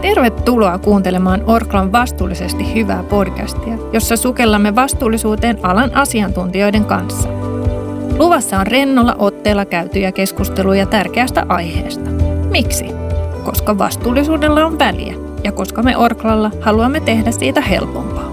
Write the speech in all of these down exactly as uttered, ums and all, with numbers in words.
Tervetuloa kuuntelemaan Orklan vastuullisesti hyvää podcastia, jossa sukellamme vastuullisuuteen alan asiantuntijoiden kanssa. Luvassa on rennolla otteella käytyjä keskusteluja tärkeästä aiheesta. Miksi? Koska vastuullisuudella on väliä ja koska me Orklalla haluamme tehdä siitä helpompaa.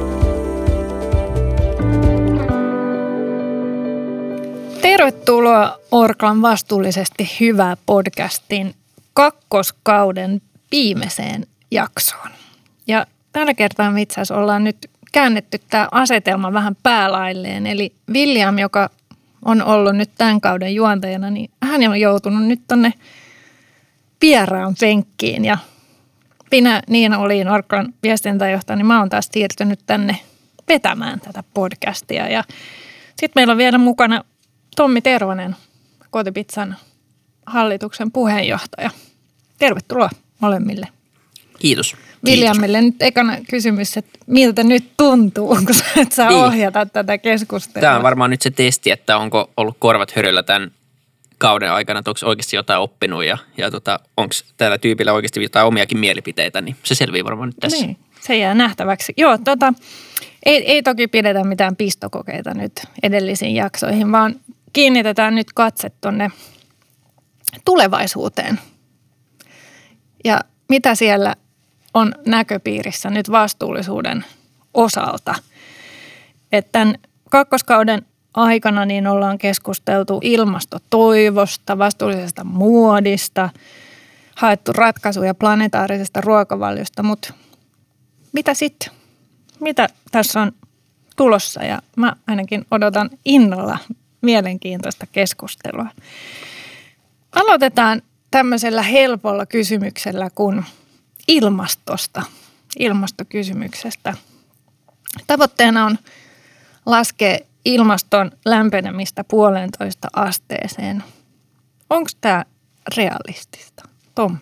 Tervetuloa Orklan vastuullisesti hyvää podcastin kakkoskauden viimeiseen jaksoon. Ja tällä kertaa me itse asiassa ollaan nyt käännetty tämä asetelma vähän päälailleen. Eli William, joka on ollut nyt tämän kauden juontajana, niin hän on joutunut nyt tonne vieraan penkkiin. Ja minä Niina olin Orklan viestintäjohtaja, niin mä oon taas siirtynyt tänne vetämään tätä podcastia. Ja sitten meillä on vielä mukana Tommi Tervonen, Kotipizzan hallituksen puheenjohtaja. Tervetuloa molemmille. Kiitos. Williamille nyt ekana kysymys, että miltä nyt tuntuu, kun sä et saa niin ohjata tätä keskustelua? Tämä on varmaan nyt se testi, että onko ollut korvat höröllä tämän kauden aikana, että onko oikeasti jotain oppinut ja, ja tota, onko tällä tyypillä oikeasti jotain omiakin mielipiteitä, niin se selvii varmaan nyt tässä. Niin, se jää nähtäväksi. Joo, tota, ei, ei toki pidetä mitään pistokokeita nyt edellisiin jaksoihin, vaan kiinnitetään nyt katse tuonne tulevaisuuteen. Ja mitä siellä on näköpiirissä nyt vastuullisuuden osalta. Että tämän kakkoskauden aikana niin ollaan keskusteltu ilmastotoivosta, vastuullisesta muodista, haettu ratkaisuja planetaarisesta ruokavaliosta, mutta mitä sitten? Mitä tässä on tulossa? Ja mä ainakin odotan innolla mielenkiintoista keskustelua. Aloitetaan tämmöisellä helpolla kysymyksellä kuin ilmastosta, ilmastokysymyksestä. Tavoitteena on laskea ilmaston lämpenemistä puolentoista asteeseen. Onko tämä realistista? Tommi?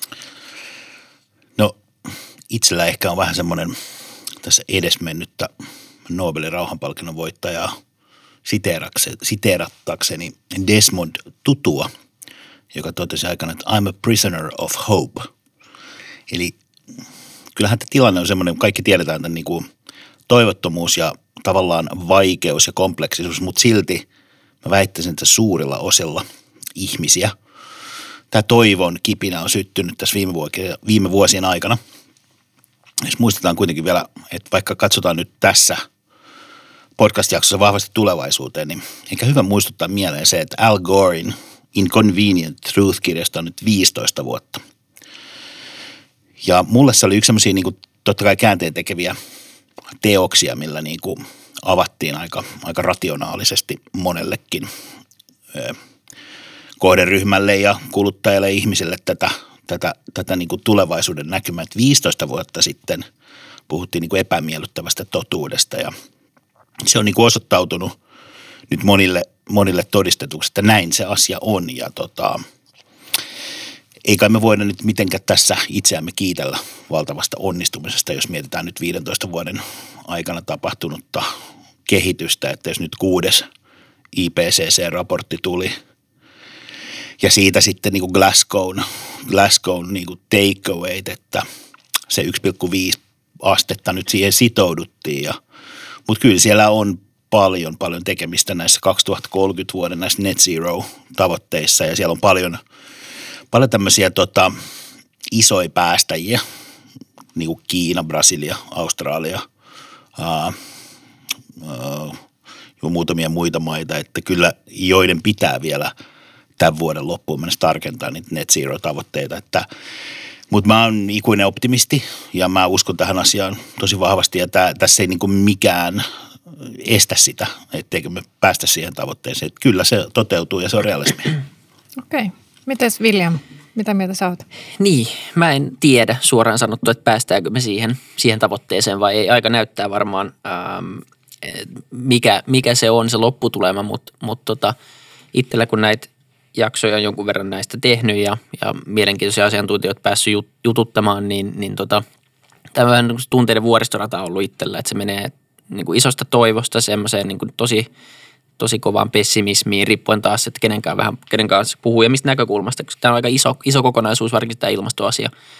No itsellä ehkä on vähän semmoinen tässä edesmennyttä Nobelin rauhanpalkinnon voittajaa siteerattakseni Desmond Tutua, joka totesi aikana, että I'm a prisoner of hope. Eli kyllähän tämä tilanne on semmoinen, kaikki tiedetään, että niin kuin toivottomuus ja tavallaan vaikeus ja kompleksisuus, mutta silti mä väittäisin, että suurilla osilla ihmisiä tämä toivon kipinä on syttynyt tässä viime, vuosien, viime vuosien aikana. Jos muistetaan kuitenkin vielä, että vaikka katsotaan nyt tässä podcast-jaksossa vahvasti tulevaisuuteen, niin eikä hyvä muistuttaa mieleen se, että Al Gorein Inconvenient Truth-kirjasta on nyt viisitoista vuotta. Ja mulle se oli yksi sellaisia niin kuin, totta kai käänteen tekeviä teoksia, millä niin kuin avattiin aika, aika rationaalisesti monellekin ö, kohderyhmälle ja kuluttajalle ihmisille tätä, tätä, tätä niin kuin tulevaisuuden näkymää. Että viisitoista vuotta sitten puhuttiin niin kuin epämiellyttävästä totuudesta ja se on niin kuin osoittautunut nyt monille, monille todistetuksi, että näin se asia on ja tota, ei kai me voida nyt mitenkään tässä itseämme kiitellä valtavasta onnistumisesta, jos mietitään nyt viidentoista vuoden aikana tapahtunutta kehitystä, että jos nyt kuudes I P C C-raportti tuli ja siitä sitten niin kuin Glasgown, Glasgown niin kuin takeawayt, että se yksi pilkku viisi astetta nyt siihen sitouduttiin ja mutta kyllä siellä on paljon, paljon tekemistä näissä kaksituhattakolmekymmentä vuoden näissä net zero tavoitteissa ja siellä on paljon, paljon tämmöisiä tota, isoja päästäjiä, niin kuin Kiina, Brasilia, Australia ää, ää, ja muutamia muita maita, että kyllä joiden pitää vielä tämän vuoden loppuun mennessä tarkentaa niitä net zero tavoitteita, että mutta mä oon ikuinen optimisti ja mä uskon tähän asiaan tosi vahvasti ja tää, tässä ei niinku mikään estä sitä, etteikö me päästä siihen tavoitteeseen. Että kyllä se toteutuu ja se on realismia. Okei. Okay. Mites William, mitä mieltä sä oot? Niin, mä en tiedä suoraan sanottu, että päästäänkö me siihen, siihen tavoitteeseen vai ei. Aika näyttää varmaan, ähm, mikä, mikä se on se lopputulema, mutta mut tota, itsellä kun näitä jaksoja on jonkun verran näistä tehnyt ja, ja mielenkiintoisia asiantuntijoita päässyt jut, jututtamaan, niin, niin tota, tämä on vähän tunteiden vuoristorata on ollut itsellä, että se menee niin kuin isosta toivosta semmoiseen niin kuin tosi, tosi kovaan pessimismiin, riippuen taas, että kenenkään vähän, kenen kanssa puhuu ja mistä näkökulmasta, koska tämä on aika iso, iso kokonaisuus, varsinkin tämä ilmastoasia.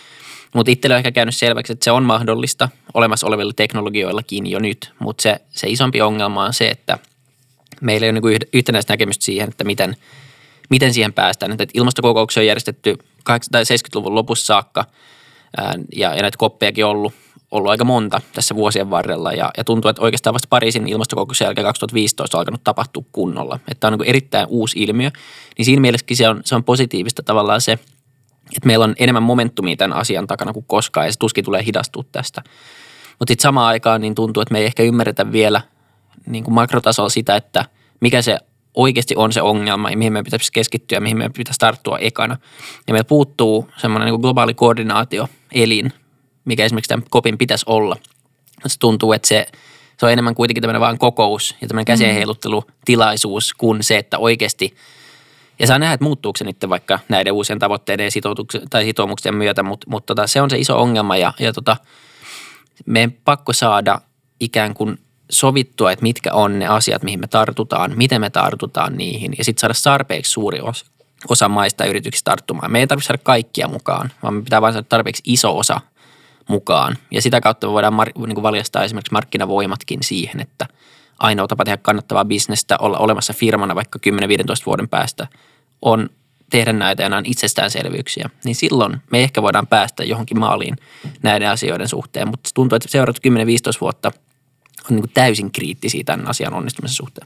Mutta itsellä on ehkä käynyt selväksi, että se on mahdollista olemassa olevilla teknologioillakin jo nyt, mutta se, se isompi ongelma on se, että meillä ei ole niin yhtenäistä näkemystä siihen, että miten, miten siihen päästään. Että ilmastokokouksia on järjestetty seitsemänkymmentäluvun lopussa saakka ää, ja, ja näitä koppejakin on ollut, ollut aika monta tässä vuosien varrella ja, ja tuntuu, että oikeastaan vasta Pariisin ilmastokokouksen jälkeen kaksituhattaviisitoista on alkanut tapahtua kunnolla. Että tämä on niin erittäin uusi ilmiö, niin siinä mielessäkin se on, se on positiivista tavallaan se, että meillä on enemmän momentumia tämän asian takana kuin koskaan ja se tuskin tulee hidastua tästä. Mutta sitten samaan aikaan niin tuntuu, että me ei ehkä ymmärretä vielä niin kuin makrotasolla sitä, että mikä se oikeasti on se ongelma ja mihin meidän pitäisi keskittyä ja mihin meidän pitäisi tarttua ekana. Ja meillä puuttuu semmoinen niin kuin globaali koordinaatioelin, mikä esimerkiksi tämän kopin pitäisi olla. Se tuntuu, että se, se on enemmän kuitenkin tämmöinen vaan kokous ja tämmöinen käsien heiluttelutilaisuus kuin se, että oikeasti, ja saa nähdä, että muuttuuko se nyt vaikka näiden uusien tavoitteiden ja tai sitoumuksien myötä, mutta, mutta tota, se on se iso ongelma ja, ja tota, meidän pakko saada ikään kuin sovittua, että mitkä on ne asiat, mihin me tartutaan, miten me tartutaan niihin ja sitten saada tarpeeksi suuri osa, osa maista ja yrityksistä tarttumaan. Me ei tarvitse saada kaikkia mukaan, vaan me pitää vain saada tarpeeksi iso osa mukaan ja sitä kautta me voidaan mar- niin kuin valjastaa esimerkiksi markkinavoimatkin siihen, että ainoa tapa tehdä kannattavaa bisnestä, olla olemassa firmana vaikka kymmenen viisitoista vuoden päästä on tehdä näitä ja nämä on itsestäänselvyyksiä, niin silloin me ehkä voidaan päästä johonkin maaliin näiden asioiden suhteen, mutta tuntuu, että seuraavat kymmenen viisitoista vuotta on niin kuin täysin kriittisiä tämän asian onnistumisen suhteen.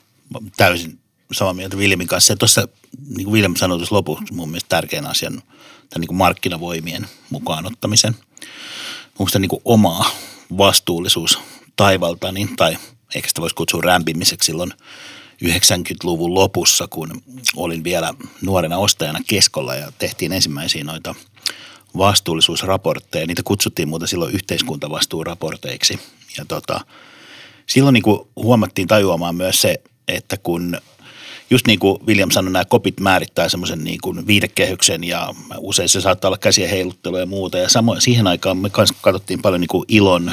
Täysin samaa mieltä Viljamin kanssa. Ja tuossa, niin kuin Viljam sanoi tuossa lopuksi, mun mielestä tärkeän asian, tämän niin kuin markkinavoimien mukaan ottamisen. Onko sitä niin kuin omaa vastuullisuus taivaltani, tai ehkä sitä voisi kutsua rämpimiseksi silloin yhdeksänkymmentäluvun lopussa, kun olin vielä nuorena ostajana Keskolla ja tehtiin ensimmäisiä noita vastuullisuusraportteja. Niitä kutsuttiin muuten silloin yhteiskuntavastuuraporteiksi. Ja tota, silloin niin kuin huomattiin tajuamaan myös se, että kun just niin kuin William sanoi, nämä kopit määrittää semmoisen niin kuin viitekehyksen ja usein se saattaa olla käsien heiluttelu ja muuta. Ja samoin siihen aikaan me kanssa katsottiin paljon niin kuin ilon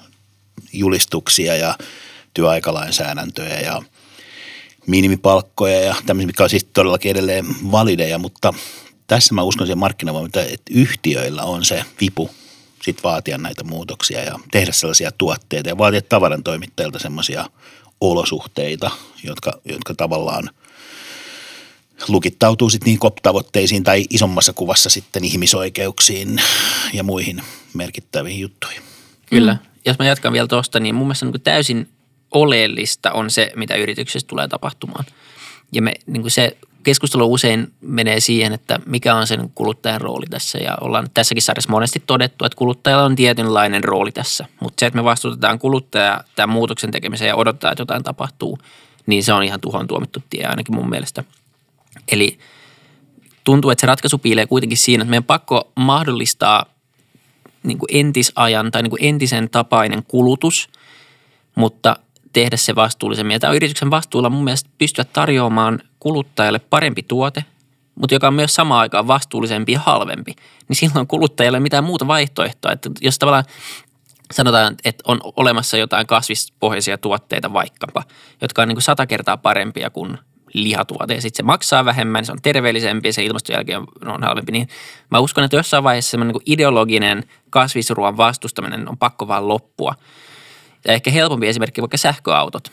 julistuksia ja työaikalainsäädäntöjä ja minimipalkkoja ja tämmöisiä, mikä on siis todellakin edelleen valideja, mutta tässä mä uskon siihen markkinavoimaan, että yhtiöillä on se vipu sit vaatia näitä muutoksia ja tehdä sellaisia tuotteita ja vaatia tavarantoimittajilta semmoisia olosuhteita, jotka, jotka tavallaan lukittautuu sitten niin COP-tavoitteisiin tai isommassa kuvassa sitten ihmisoikeuksiin ja muihin merkittäviin juttuihin. Kyllä. Jos mä jatkan vielä tuosta, niin mun mielestä niin täysin oleellista on se, mitä yrityksessä tulee tapahtumaan. Ja me, niin kuin se keskustelu usein menee siihen, että mikä on sen kuluttajan rooli tässä. Ja ollaan tässäkin sarjassa monesti todettu, että kuluttajalla on tietynlainen rooli tässä. Mutta se, että me vastuutetaan kuluttajaa tämän muutoksen tekemiseen ja odottaa, että jotain tapahtuu, niin se on ihan tuhon tuomittu tie ainakin mun mielestä. Eli tuntuu, että se ratkaisu piilee kuitenkin siinä, että meidän pakko mahdollistaa niin kuin entisajan tai niin kuin entisen tapainen kulutus, mutta tehdä se vastuullisemmin. Ja tämä yrityksen vastuulla mun mielestä pystyä tarjoamaan kuluttajalle parempi tuote, mutta joka on myös samaan aikaan vastuullisempi ja halvempi. Niin silloin kuluttajalle ei ole mitään muuta vaihtoehtoa. Että jos tavallaan sanotaan, että on olemassa jotain kasvispohjaisia tuotteita vaikkapa, jotka on niin kuin sata kertaa parempia kuin lihatuote ja sitten se maksaa vähemmän, se on terveellisempi ja se ilmaston jälkeen on halvempi, niin mä uskon, että jossain vaiheessa semmoinen niin kuin ideologinen kasvisruoan vastustaminen on pakko vaan loppua. Ja ehkä helpompi esimerkki vaikka sähköautot.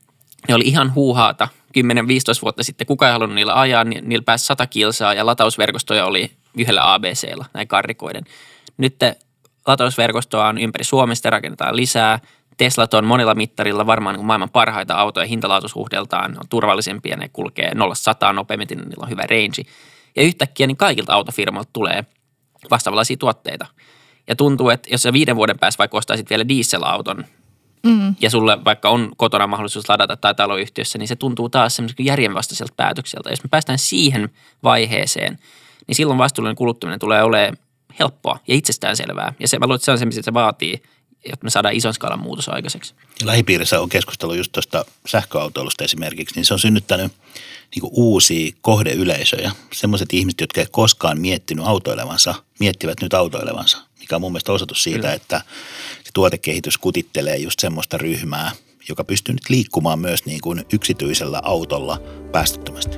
Ne oli ihan huuhaata kymmenen viisitoista vuotta sitten. Kuka ei halunnut niillä ajaa, niin niillä pääsi sata kilsaa ja latausverkostoja oli yhdellä A B C:llä, näin karrikoiden. Nyt latausverkostoa on ympäri Suomesta, rakennetaan lisää. Teslat on monilla mittarilla varmaan niin maailman parhaita autoja hintalaatusuhdeltaan, on turvallisempia, ne kulkee nolla sataan nopeammin, niillä on hyvä range. Ja yhtäkkiä niin kaikilta autofirmoilta tulee vastaavanlaisia tuotteita. Ja tuntuu, että jos sä viiden vuoden päässä vaikka ostaisit vielä dieselauton, mm. ja sulle vaikka on kotona mahdollisuus ladata tai taloyhtiössä, niin se tuntuu taas semmoisen järjenvastaiselta päätökseltä. Jos me päästään siihen vaiheeseen, niin silloin vastuullinen kuluttaminen tulee olemaan helppoa ja itsestäänselvää. Ja se, mä luulen, että se on se, mitä se vaatii, jotta me saadaan ison skaalan muutos aikaiseksi. Ja lähipiirissä on keskustellut just tuosta sähköautoilusta esimerkiksi, niin se on synnyttänyt niin kuin uusia kohdeyleisöjä. Sellaiset ihmiset, jotka ei koskaan miettinyt autoilevansa, miettivät nyt autoilevansa, mikä on mun mielestä osoitus siitä, Kyllä. että se tuotekehitys kutittelee just semmoista ryhmää, joka pystyy nyt liikkumaan myös niin kuin yksityisellä autolla päästöttömästi.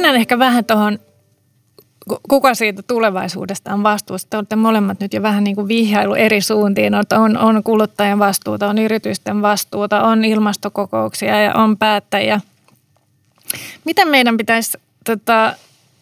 mennään ehkä vähän tuohon, kuka siitä tulevaisuudesta on vastuussa. Te olette molemmat nyt jo vähän niin kuin vihjailu eri suuntiin. On, on kuluttajan vastuuta, on yritysten vastuuta, on ilmastokokouksia ja on päättäjiä. Miten meidän pitäisi tota,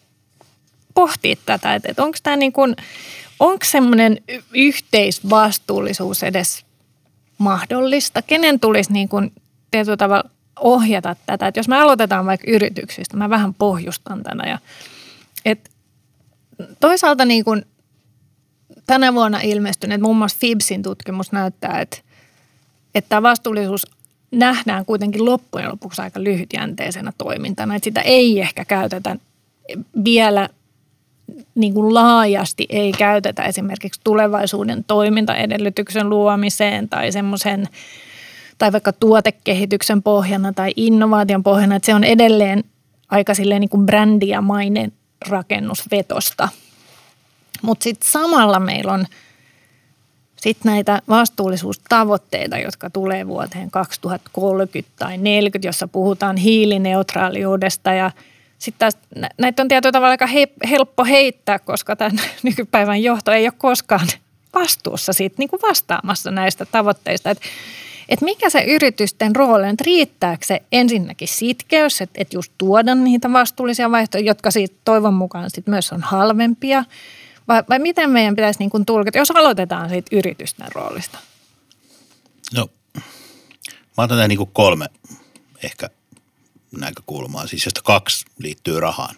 pohtia tätä, että, että onko tämä niin kuin, onko semmoinen yhteisvastuullisuus edes mahdollista? Kenen tulisi niin kuin tietyllä tavalla ohjata tätä? Että jos me aloitetaan vaikka yrityksistä, mä vähän pohjustan tänä ja että toisaalta niin kuin tänä vuonna ilmestyneet, muun muassa Fibsin tutkimus näyttää, että, että tämä vastuullisuus nähdään kuitenkin loppujen lopuksi aika lyhytjänteisenä toimintana. Että sitä ei ehkä käytetä vielä niin kuin laajasti, ei käytetä esimerkiksi tulevaisuuden toimintaedellytyksen luomiseen tai semmoisen, tai vaikka tuotekehityksen pohjana tai innovaation pohjana. Että se on edelleen aika silleen niin kuin brändi- ja maine rakennusvetosta. Mutta sitten samalla meillä on sitten näitä vastuullisuustavoitteita, jotka tulee vuoteen kaksituhattakolmekymmentä tai neljäkymmentä, jossa puhutaan hiilineutraaliudesta ja sitten taas näitä on tietyllä tavalla aika helppo heittää, koska tämän nykypäivän johto ei ole koskaan vastuussa siitä niin kuin vastaamassa näistä tavoitteista. Että et mikä se yritysten rooli on, että riittääkö se ensinnäkin sitkeys, että et just tuoda niitä vastuullisia vaihtoehtoja, jotka siitä toivon mukaan sit myös on halvempia, vai, vai miten meidän pitäisi niin kuin tulkita, jos aloitetaan siitä yritysten roolista? No, mä otan tähän niin kuin kolme ehkä näkökulmaa, siis josta kaksi liittyy rahaan.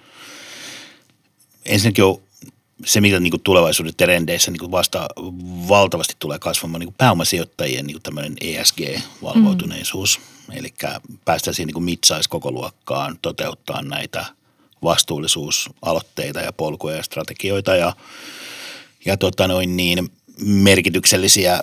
Ensinnäkin on se, mikä niin kuin tulevaisuuden trendeissä niin kuin vasta valtavasti tulee kasvamaan niin kuin pääomasijoittajien niin kuin tämmöinen E S G-valveutuneisuus. Mm. Eli päästään siihen niin kuin mid-size-kokoluokkaan toteuttaa näitä vastuullisuusaloitteita ja polkuja ja strategioita ja, ja tota noin niin merkityksellisiä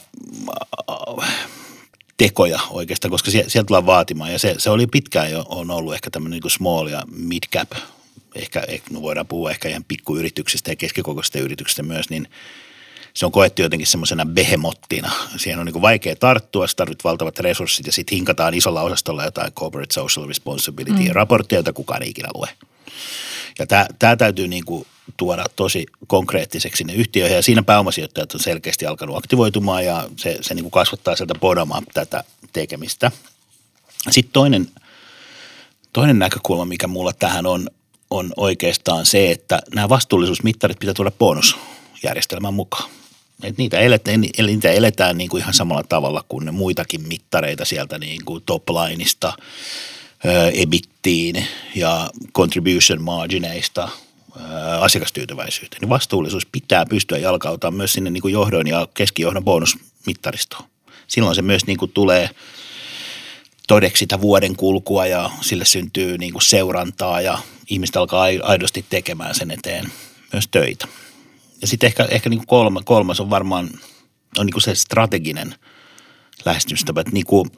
tekoja oikeastaan, koska sieltä tullaan vaatimaan ja se, se oli pitkään jo on ollut ehkä tämmöinen niin kuin small ja mid cap. Ehkä, ehkä no voidaan puhua ehkä ihan pikkuyrityksistä ja keskikokoisista yrityksistä myös, niin se on koettu jotenkin semmoisena behemottina. Siihen on niin kuin vaikea tarttua, sä tarvit valtavat resurssit ja sitten hinkataan isolla osastolla jotain corporate social responsibility mm. raporttia, jota kukaan ei ikinä lue. Ja tämä täytyy niin kuin tuoda tosi konkreettiseksi sinne yhtiöihin ja siinä pääomasijoittajat on selkeästi alkanut aktivoitumaan ja se, se niin kuin kasvattaa sieltä bottom up tätä tekemistä. Sitten toinen, toinen näkökulma, mikä mulla tähän on, on oikeastaan se, että nämä vastuullisuusmittarit pitää tuoda bonusjärjestelmän mukaan. Et niitä, eletään, niitä eletään niin kuin ihan samalla tavalla kuin ne muitakin mittareita sieltä niin kuin top-lineista, E B I T:iin ja contribution margineista asiakastyytyväisyyteen. Niin vastuullisuus pitää pystyä jalkauttamaan myös sinne niin kuin johdon ja keskijohdon bonusmittaristoon. Silloin se myös niin kuin tulee todeksi sitä vuoden kulkua ja sille syntyy niin kuin seurantaa ja ihmiset alkaa aidosti tekemään sen eteen myös töitä. Ja sitten ehkä, ehkä niin kuin kolma, kolmas on varmaan on niin kuin se strateginen lähestymistapa, että niin kuin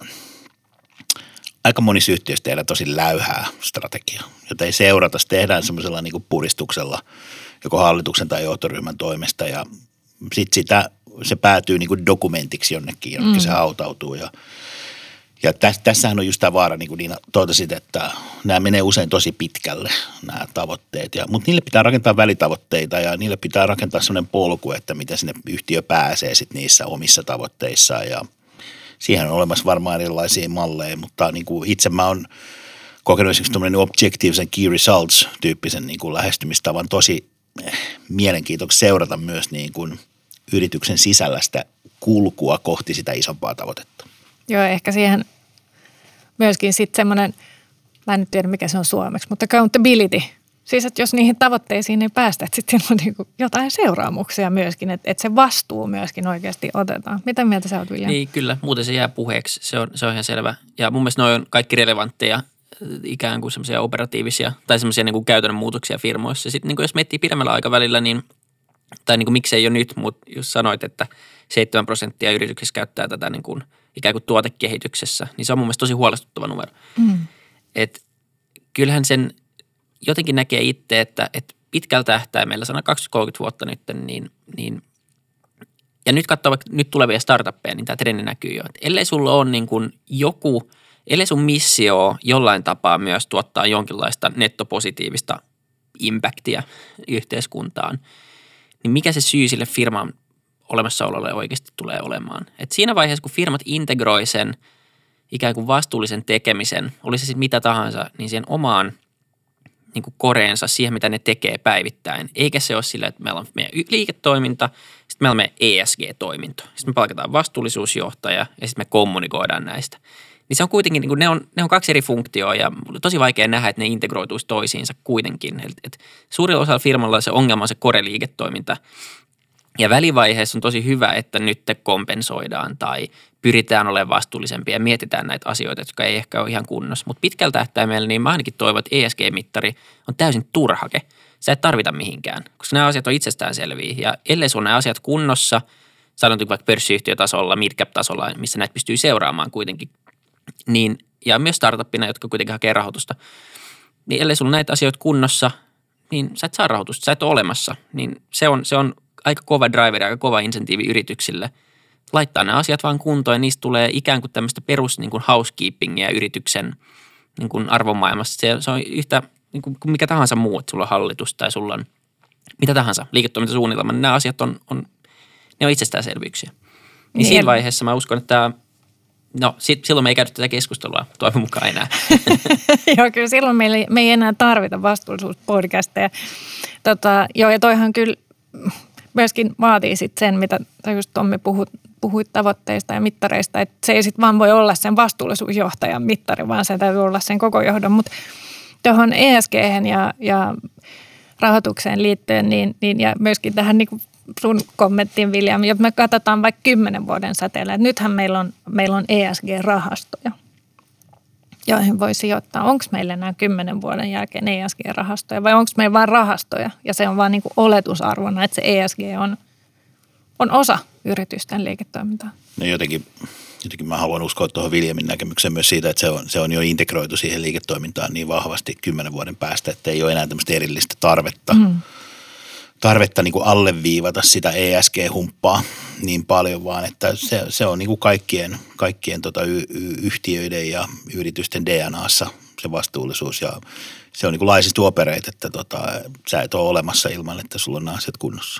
aika monissa yhtiöissä tehdään tosi läyhää strategiaa, jota ei seurata. Se tehdään semmoisella niin kuin puristuksella joko hallituksen tai johtoryhmän toimesta ja sitten sitä, se päätyy niin kuin dokumentiksi jonnekin, jonnekin mm. se hautautuu ja Ja tässähän on just tämä vaara, niin kuin Niina totesit, että nämä menee usein tosi pitkälle, nämä tavoitteet. Ja, mutta niille pitää rakentaa välitavoitteita ja niille pitää rakentaa sellainen polku, että miten sinne yhtiö pääsee sit niissä omissa tavoitteissaan. Ja siihen on olemassa varmaan erilaisia malleja, mutta niin kuin itse mä oon kokenut esimerkiksi tämmöinen objectives and key results-tyyppisen niin kuin lähestymistavan tosi mielenkiintoista seurata myös niin kuin yrityksen sisällä sitä kulkua kohti sitä isompaa tavoitetta. Joo, ehkä siihen myöskin sitten semmoinen, mä en nyt tiedä mikä se on suomeksi, mutta accountability. Siis, että jos niihin tavoitteisiin ei päästä, että sitten on niinku jotain seuraamuksia myöskin, että, että se vastuu myöskin oikeasti otetaan. Mitä mieltä sä oot, William? Niin, kyllä. Muuten se jää puheeksi. Se on, se on ihan selvä. Ja mun mielestä ne on kaikki relevantteja ikään kuin semmoisia operatiivisia tai semmoisia niin kuin käytännön muutoksia firmoissa. Sitten niin kuin jos miettii pidemmällä aikavälillä, niin tai niin kuin miksei jo nyt, mutta jos sanoit, että seitsemän prosenttia yrityksissä käyttää tätä niin kuin ikään kuin tuotekehityksessä, niin se on mun mielestä tosi huolestuttava numero. Mm. Et kyllähän sen jotenkin näkee itse, että, että pitkällä tähtäimellä, sana kaksikymmentä kolmekymmentä vuotta nyt, niin, niin ja nyt katsoo vaikka nyt tulevia startuppeja, niin tämä trendi näkyy jo. Että ellei sulla ole niin kuin joku ellei sun missio jollain tapaa myös tuottaa jonkinlaista nettopositiivista impactia yhteiskuntaan, niin mikä se syy sille firman olemassaololle oikeasti tulee olemaan? Et siinä vaiheessa, kun firmat integroi sen ikään kuin vastuullisen tekemisen, oli se sitten mitä tahansa, niin siihen omaan niin kuin koreensa, siihen mitä ne tekee päivittäin. Eikä se ole sillä, että meillä on meidän liiketoiminta, sitten meillä on meidän E S G-toiminto. Sitten me palkataan vastuullisuusjohtaja ja sitten me kommunikoidaan näistä. Niin se on kuitenkin, niin kuin ne, on, ne on kaksi eri funktioa ja tosi vaikea nähdä, että ne integroituisi toisiinsa kuitenkin. Et, et suurin osa firmalla se ongelma on se core-liiketoiminta. Ja välivaiheessa on tosi hyvä, että nyt te kompensoidaan tai pyritään olemaan vastuullisempia ja mietitään näitä asioita, jotka ei ehkä ole ihan kunnossa. Mutta pitkällä tähtäimellä niin mä ainakin toivon, että E S G-mittari on täysin turhake. Sä et tarvita mihinkään, koska nämä asiat on itsestäänselviä. Ja ellei sun nämä asiat kunnossa, sanotaan vaikka pörssiyhtiötasolla, midcap-tasolla, missä näitä pystyy seuraamaan kuitenkin, niin, ja myös startuppina, jotka kuitenkin hakee rahoitusta, niin ellei sulla näitä asioita kunnossa, niin sä et saa rahoitusta, sä et ole olemassa. Niin se on, se on aika kova driver, aika kova insentiivi yrityksille laittaa nämä asiat vaan kuntoon ja niistä tulee ikään kuin tämmöistä perus niin kuin housekeepingia yrityksen niin kuin arvomaailmassa. Se, se on yhtä niin kuin mikä tahansa muu, että sulla on hallitus tai sulla on mitä tahansa liiketoimintasuunnitelma, niin nämä asiat on, on, ne on itsestäänselvyyksiä. Niin, niin siinä vaiheessa mä uskon, että no sit, silloin me ei käydä tätä keskustelua toivon mukaan enää. Joo, kyllä silloin meillä ei, me ei enää tarvita vastuullisuuspodcasteja. Tota, joo, ja toihan kyllä myöskin vaatii sit sen, mitä just Tommi puhut, puhuit tavoitteista ja mittareista, että se ei sitten vaan voi olla sen vastuullisuusjohtajan mittari, vaan se täytyy olla sen koko johdon. Mutta tuohon E S G:hen ja, ja rahoitukseen liittyen niin, niin, ja myöskin tähän niin kuin sun kommenttiin, William, jos me katsotaan vaikka kymmenen vuoden säteellä, että nythän meillä on, meillä on E S G-rahastoja, joihin voi sijoittaa. Onko meillä enää kymmenen vuoden jälkeen E S G-rahastoja vai onko meillä vain rahastoja ja se on vaan niin kuin oletusarvona, että se E S G on, on osa yritysten liiketoimintaa? No jotenkin, jotenkin mä haluan uskoa tuohon Williamin näkemykseen myös siitä, että se on, se on jo integroitu siihen liiketoimintaan niin vahvasti kymmenen vuoden päästä, että ei ole enää tämmöistä erillistä tarvetta. Mm. tarvetta niin kuin alleviivata sitä E S G-humppaa niin paljon, vaan että se, se on niin kuin kaikkien, kaikkien tota y- y- yhtiöiden ja yritysten D N A:ssa se vastuullisuus ja se on niin kuin laisista opereit, että tota, sä et ole olemassa ilman, että sulla on nämä asiat kunnossa.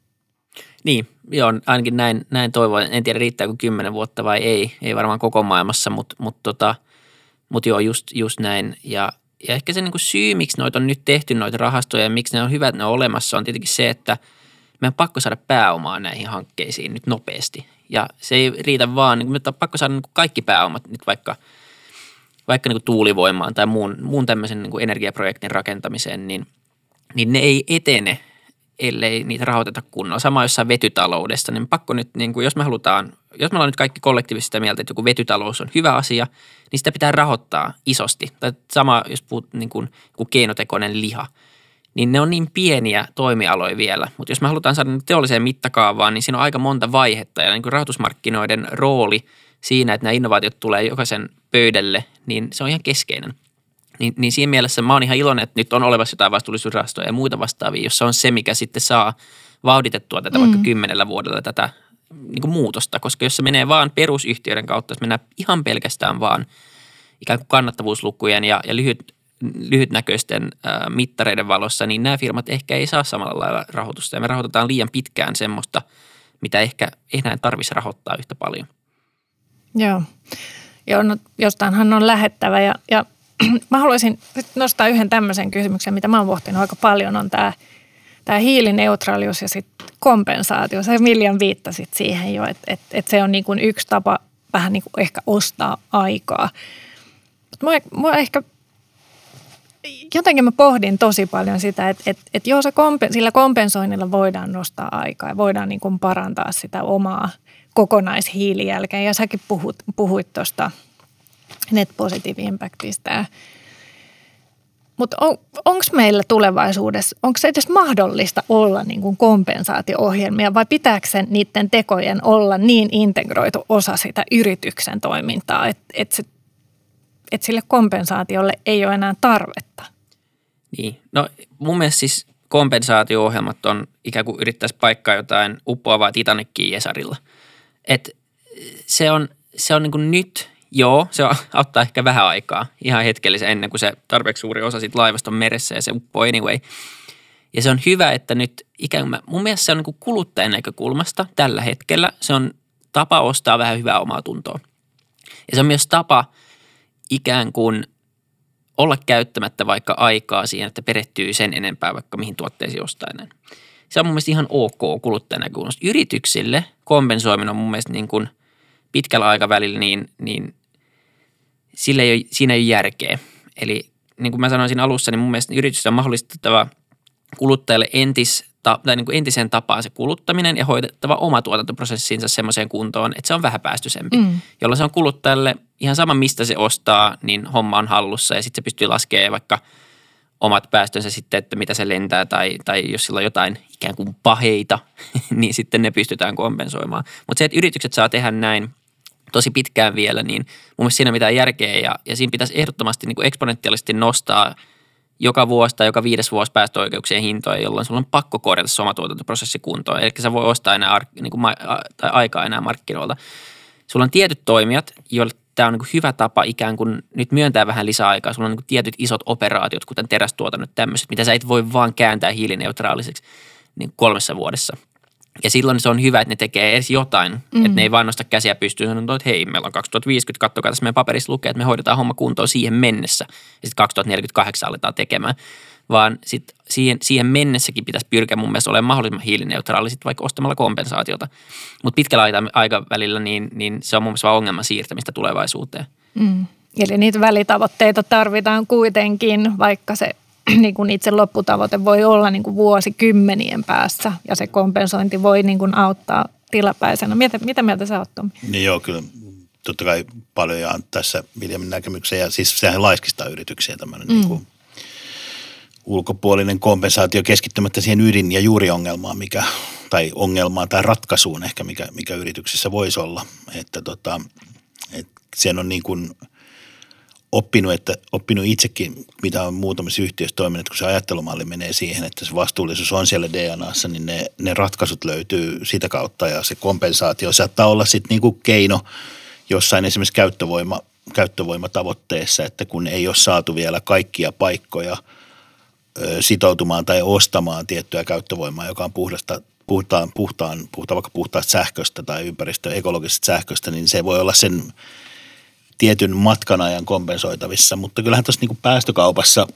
Niin, joo, ainakin näin, näin toivon. En tiedä riittääkö kymmenen vuotta vai ei, ei varmaan koko maailmassa, mutta mut tota, mut joo, just, just näin ja Ja ehkä se niin kuin syy, miksi noita on nyt tehty, noita rahastoja ja miksi ne on hyvät, ne on olemassa, on tietenkin se, että meidän on pakko saada pääomaa näihin hankkeisiin nyt nopeasti. Ja se ei riitä vaan, niin kuin me on pakko saada niin kuin kaikki pääomat nyt vaikka, vaikka niin kuin tuulivoimaan tai muun, muun tämmöisen niin kuin energiaprojektin rakentamiseen, niin, niin ne ei etene, ellei niitä rahoiteta kunnolla. Sama jossain vetytaloudesta, niin pakko nyt, niin kuin jos me halutaan, jos me ollaan nyt kaikki kollektiivisesti sitä mieltä, että joku vetytalous on hyvä asia, niin sitä pitää rahoittaa isosti. Tai sama, jos puhut niin kuin, kuin keinotekoinen liha, niin ne on niin pieniä toimialoja vielä. Mutta jos me halutaan saada teolliseen mittakaavaan, niin siinä on aika monta vaihetta. Ja niin kuin rahoitusmarkkinoiden rooli siinä, että nämä innovaatiot tulee jokaisen pöydälle, niin se on ihan keskeinen. Niin, niin siinä mielessä mä oon ihan iloinen, että nyt on olemassa jotain vastuullisuusrahastoja ja muita vastaavia, jossa on se, mikä sitten saa vauhditettua tätä mm. vaikka kymmenellä vuodella tätä niin kuin muutosta. Koska jos se menee vaan perusyhtiöiden kautta, jos mennään ihan pelkästään vaan ikään kuin kannattavuuslukujen ja, ja lyhyt, lyhytnäköisten ää, mittareiden valossa, niin nämä firmat ehkä ei saa samalla lailla rahoitusta. Ja me rahoitetaan liian pitkään semmoista, mitä ehkä ei enää tarvitsisi rahoittaa yhtä paljon. Joo, Joo no, jostainhan on lähettävä ja, ja mä haluaisin nostaa yhden tämmöisen kysymyksen, mitä mä oon pohtinut aika paljon, on tämä, tämä hiilineutraalius ja sitten kompensaatio. Sä William viittasit siihen jo, että, että, että se on niin kuin yksi tapa vähän niin kuin ehkä ostaa aikaa. Mua, mua ehkä, jotenkin mä pohdin tosi paljon sitä, että, että, että joo, se kompen, sillä kompensoinnilla voidaan nostaa aikaa ja voidaan niin kuin parantaa sitä omaa kokonaishiilijälkeä. Ja säkin puhut, puhuit tuosta net positive impactista. Mutta on, onko meillä tulevaisuudessa, onko se edes mahdollista olla niin kuin kompensaatio-ohjelmia vai pitääkö sen niiden tekojen olla niin integroitu osa sitä yrityksen toimintaa, että et et sille kompensaatiolle ei ole enää tarvetta? Niin, no mun mielestä siis kompensaatio-ohjelmat on ikään kuin yrittäisi paikkaa jotain uppoavaa Titanickia Jesarilla. Että se on, se on niin kuin nyt joo, se auttaa ehkä vähän aikaa, ihan hetkellisen ennen kuin se tarpeeksi suuri osa siitä laivasta on meressä ja se uppoo anyway. Ja se on hyvä, että nyt ikään kuin, mun mielestä se on niin kuin kuluttajan näkökulmasta tällä hetkellä, se on tapa ostaa vähän hyvää omaa tuntoa. Ja se on myös tapa ikään kuin olla käyttämättä vaikka aikaa siihen, että perehtyy sen enempää vaikka mihin tuotteisiin ostaa enää. Se on mun mielestä ihan ok kuluttajan näkökulmasta. Yrityksille kompensoiminen on mun mielestä niin kuin pitkällä aikavälillä, niin, niin sillä ei ole, siinä ei ole järkeä. Eli niin kuin mä sanoin siinä alussa, niin mun mielestä yritys on mahdollistettava kuluttajalle entis, tai niin kuin entiseen tapaan se kuluttaminen ja hoidettava oma tuotantoprosessinsa semmoiseen kuntoon, että se on vähäpäästöisempi, mm. jolloin se on kuluttajalle ihan sama mistä se ostaa, niin homma on hallussa ja sitten se pystyy laskemaan vaikka omat päästönsä sitten, että mitä se lentää tai, tai jos sillä on jotain ikään kuin paheita, niin sitten ne pystytään kompensoimaan. Mutta se, että yritykset saa tehdä näin tosi pitkään vielä, niin mun mielestä siinä on mitään järkeä ja, ja siinä pitäisi ehdottomasti niin kuin eksponentiaalisesti nostaa joka vuosi tai joka viides vuosi päästöoikeuksien hintoja, jolloin sulla on pakko korjata se oma tuotantoprosessi kuntoon. Eli sä voi ostaa enää niin kuin, tai aikaa enää markkinoilta. Sulla on tietyt toimijat, joille tämä on niin kuin hyvä tapa ikään kuin nyt myöntää vähän lisäaikaa. Sulla on niin kuin tietyt isot operaatiot, kuten terästuotannot tämmöiset, mitä sä et voi vaan kääntää hiilineutraaliseksi niin kolmessa vuodessa. Ja silloin se on hyvä, että ne tekee edes jotain, mm. että ne ei vaan nosta käsiä pystyyn ja sanoo, että hei, meillä on kaksituhattaviisikymmentä, katsokaa tässä meidän paperissa lukee, että me hoidetaan homma kuntoon siihen mennessä ja sitten kaksituhattaneljäkymmentäkahdeksan aletaan tekemään. Vaan sitten siihen, siihen mennessäkin pitäisi pyrkiä mun mielestä olemaan mahdollisimman hiilineutraali sit vaikka ostamalla kompensaatiota. Mutta pitkällä aikavälillä niin, niin se on mun mielestä vaan ongelman siirtämistä tulevaisuuteen. Mm. Eli niitä välitavoitteita tarvitaan kuitenkin, vaikka se niin kuin itse lopputavoite voi olla niin kuin vuosikymmenien päässä ja se kompensointi voi niin kuin auttaa tilapäisenä. Mitä, mitä mieltä sä oot, Tomi? Niin joo, kyllä totta kai paljon jaan tässä Viljamin näkemykseen ja siis sehän laiskistaa yrityksiä tämmöinen mm. niin kuin ulkopuolinen kompensaatio keskittymättä siihen ydin- ja juuriongelmaan, mikä, tai ongelmaan tai ratkaisuun ehkä, mikä, mikä yrityksissä voisi olla. Että tota, et sen on niin kuin oppinut, että oppinut itsekin, mitä on muutamissa yhtiöissä toiminut, kun se ajattelumalli menee siihen, että se vastuullisuus on siellä D N A:ssa, niin ne, ne ratkaisut löytyy sitä kautta ja se kompensaatio saattaa olla sitten niin kuin keino jossain esimerkiksi käyttövoima, käyttövoimatavoitteessa, että kun ei ole saatu vielä kaikkia paikkoja ö, sitoutumaan tai ostamaan tiettyä käyttövoimaa, joka on puhdasta, puhtaan, puhtaan, puhtaan, vaikka puhtaasta sähköstä tai ympäristö- ekologisesta sähköstä, niin se voi olla sen tietyn matkan ajan kompensoitavissa, mutta kyllähän tuossa niinku päästökaupassa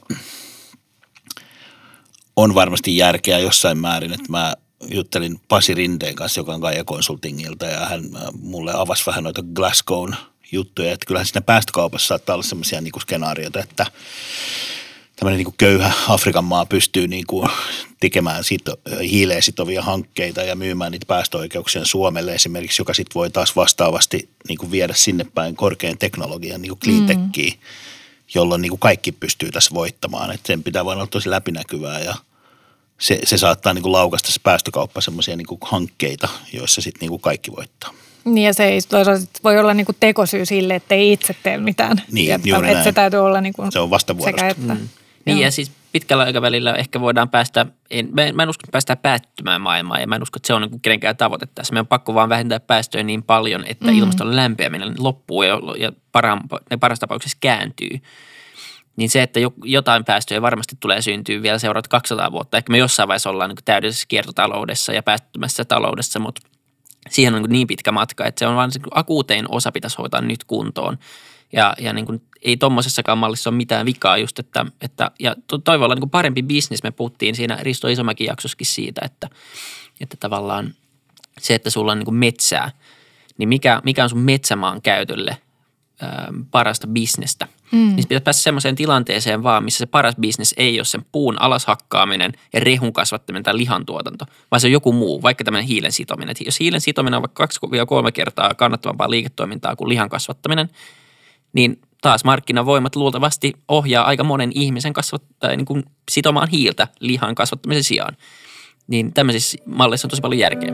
on varmasti järkeä jossain määrin, että mä juttelin Pasi Rinteen kanssa, joka on Gaia Consultingilta ja hän mulle avasi vähän noita Glasgown juttuja, että kyllähän siinä päästökaupassa saattaa olla sellaisia niinku skenaarioita, että tämmöinen niinku köyhä Afrikan maa pystyy niinku tekemään sito, hiileen sitovia hankkeita ja myymään niitä päästöoikeuksia Suomelle esimerkiksi, joka sitten voi taas vastaavasti niinku viedä sinne päin korkean teknologian niinku cleantechiin, mm. jolloin niinku kaikki pystyy tässä voittamaan. Et sen pitää vain olla tosi läpinäkyvää ja se, se saattaa niinku laukaista se päästökauppa semmoisia niinku hankkeita, joissa sitten niinku kaikki voittaa. Niin ja se ei toisaalta voi olla niinku tekosyy sille, että ei itse tee mitään. Niin, että, juuri että näin. Se täytyy olla niinku se on vastavuorosta. sekä että. Mm. Niin ja siis pitkällä aikavälillä ehkä voidaan päästä, en, mä, en, mä en usko, että päästään päättymään maailmaa ja mä en usko, että se on niin kuin kenenkään tavoite tässä. Meidän on pakko vaan vähentää päästöjä niin paljon, että mm-hmm. ilmaston lämpeäminen loppuu ja, ja paran, ne parasta tapauksessa kääntyy. Niin se, että jotain päästöjä varmasti tulee syntyä vielä seuraavat kaksisataa vuotta. Ehkä me jossain vaiheessa ollaan niin kuin täydellisessä kiertotaloudessa ja päästöttömässä taloudessa, mutta siihen on niin pitkä matka, että se on vaan se akuutein osa pitäisi hoitaa nyt kuntoon. Ja, ja niin kuin, ei tuommoisessakaan mallissa ole mitään vikaa just, että, että ja toivon olla niin kuin parempi bisnes. Me puhuttiin siinä Risto Isomäki jaksossakin siitä, että, että tavallaan se, että sulla on niin kuin metsää, niin mikä, mikä on sun metsämaan käytölle ää, parasta bisnestä. Mm. Niin pitää päästä semmoiseen tilanteeseen vaan, missä se paras bisnes ei ole sen puun alashakkaaminen ja rehun kasvattaminen tai lihantuotanto, vaan se on joku muu, vaikka tämmöinen hiilen sitominen. Et jos hiilen sitominen on vaikka kaksi ja kolme kertaa kannattavampaa liiketoimintaa kuin lihan kasvattaminen, niin taas markkinavoimat luultavasti ohjaa aika monen ihmisen kasvattaa, niin kuin sitomaan hiiltä lihan kasvattamisen sijaan. Niin tämmöisissä malleissa on tosi paljon järkeä.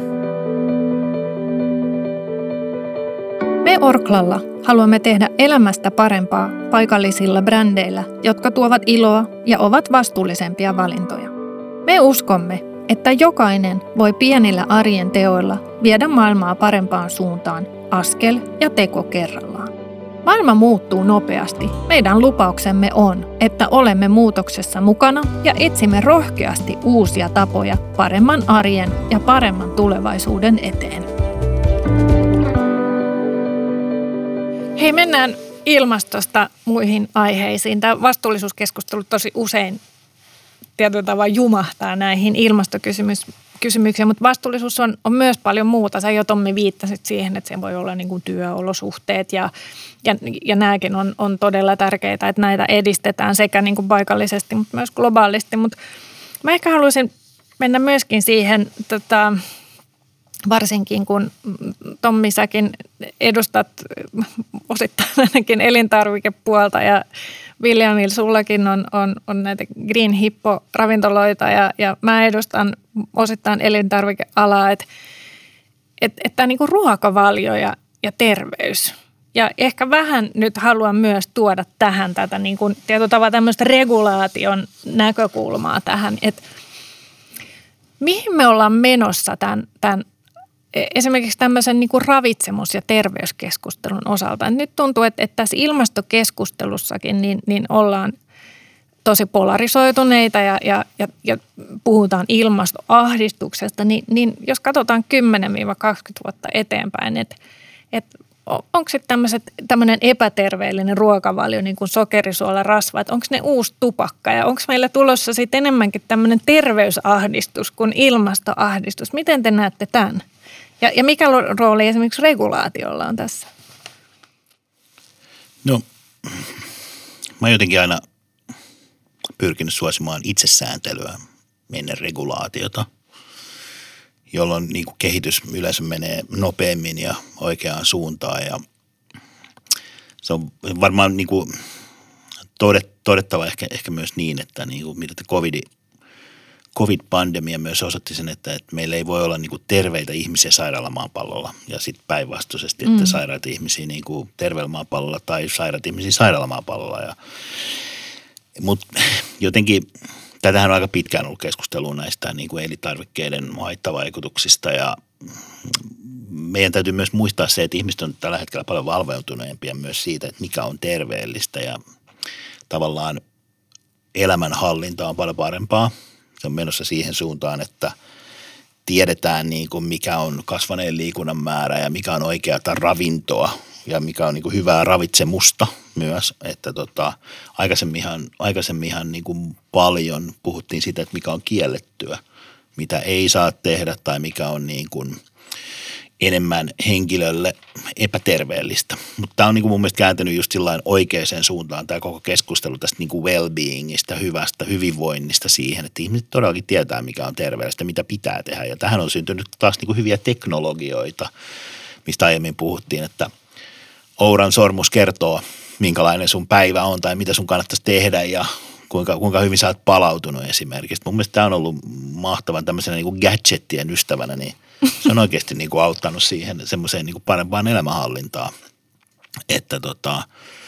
Me Orklalla haluamme tehdä elämästä parempaa paikallisilla brändeillä, jotka tuovat iloa ja ovat vastuullisempia valintoja. Me uskomme, että jokainen voi pienillä arjen teoilla viedä maailmaa parempaan suuntaan askel ja teko kerrallaan. Maailma muuttuu nopeasti. Meidän lupauksemme on, että olemme muutoksessa mukana ja etsimme rohkeasti uusia tapoja paremman arjen ja paremman tulevaisuuden eteen. Hei, mennään ilmastosta muihin aiheisiin. Tämä vastuullisuuskeskustelu tosi usein tietyllä tavalla jumahtaa näihin ilmastokysymyksiin, mutta vastuullisuus on, on myös paljon muuta. Sä jo, Tommi, viittasit siihen, että se voi olla niin kuin työolosuhteet ja, ja, ja nämäkin on, on todella tärkeitä, että näitä edistetään sekä niin kuin paikallisesti, mutta myös globaalisti. Mutta mä ehkä haluaisin mennä myöskin siihen, tota, varsinkin kun Tommi, säkin edustat osittain ainakin elintarvikepuolta ja Williamilla sullakin on, on, on näitä Green Hippo-ravintoloita ja, ja mä edustan osittain elintarvikealaa, että et, et tämä niinku ruokavalio ja, ja terveys. Ja ehkä vähän nyt haluan myös tuoda tähän tätä niinku, tietyllä tavalla tämmöistä regulaation näkökulmaa tähän, että mihin me ollaan menossa tämän, tämän esimerkiksi tämmöisen niin kuin ravitsemus- ja terveyskeskustelun osalta. Nyt tuntuu, että, että tässä ilmastokeskustelussakin niin, niin ollaan tosi polarisoituneita ja, ja, ja, ja puhutaan ilmastoahdistuksesta. Niin, niin jos katsotaan kymmenen kaksikymmentä vuotta eteenpäin, että, että onko sitten tämmöiset, tämmöinen epäterveellinen ruokavalio, niin kuin sokerisuola, rasva, että onko ne uusi tupakka ja onko meillä tulossa sitten enemmänkin tämmöinen terveysahdistus kuin ilmastoahdistus? Miten te näette tämän? Ja, ja mikä rooli esimerkiksi regulaatiolla on tässä? No, mä oon jotenkin aina pyrkinyt suosimaan itsesääntelyä ennen regulaatiota, jolloin niin kuin kehitys yleensä menee nopeammin ja oikeaan suuntaan. Ja se on varmaan niin kuin todettava ehkä, ehkä myös niin, että niin kuin mitä te COVID, COVID-pandemia myös osoitti sen, että, että meillä ei voi olla niin kuin terveitä ihmisiä sairaalla maapallolla ja sitten päinvastoisesti, että mm. sairaat ihmisiä niin kuin terveellä maapallolla tai sairaat ihmisiä sairaalla maapallolla. Ja, mutta jotenkin tätähän on aika pitkään ollut keskustelua näistä niin kuin elintarvikkeiden haittavaikutuksista ja meidän täytyy myös muistaa se, että ihmiset on tällä hetkellä paljon valveutuneempia myös siitä, että mikä on terveellistä ja tavallaan elämänhallinta on paljon parempaa. Se on menossa siihen suuntaan, että tiedetään niin kuin mikä on kasvaneen liikunnan määrä ja mikä on oikeata ravintoa ja mikä on niin kuin hyvää ravitsemusta myös, että tota, aikaisemminhan, aikaisemminhan niin kuin paljon puhuttiin siitä, että mikä on kiellettyä, mitä ei saa tehdä tai mikä on niin kuin enemmän henkilölle epäterveellistä. Mutta tämä on niin kuin mun mielestä kääntynyt just sillain oikeaan suuntaan tämä koko keskustelu tästä niin kuin well-beingistä, hyvästä, hyvinvoinnista siihen, että ihmiset todellakin tietää, mikä on terveellistä, mitä pitää tehdä. Ja tähän on syntynyt taas niin kuin hyviä teknologioita, mistä aiemmin puhuttiin, että Ouran sormus kertoo, minkälainen sun päivä on tai mitä sun kannattaisi tehdä ja kuinka, kuinka hyvin sä oot palautunut esimerkiksi. Mun mielestä tämä on ollut mahtavan tämmöisenä niin kuin gadgettien ystävänä, niin se on oikeasti niin kuin auttanut siihen semmoiseen niin kuin parempaan elämänhallintaan, että tota,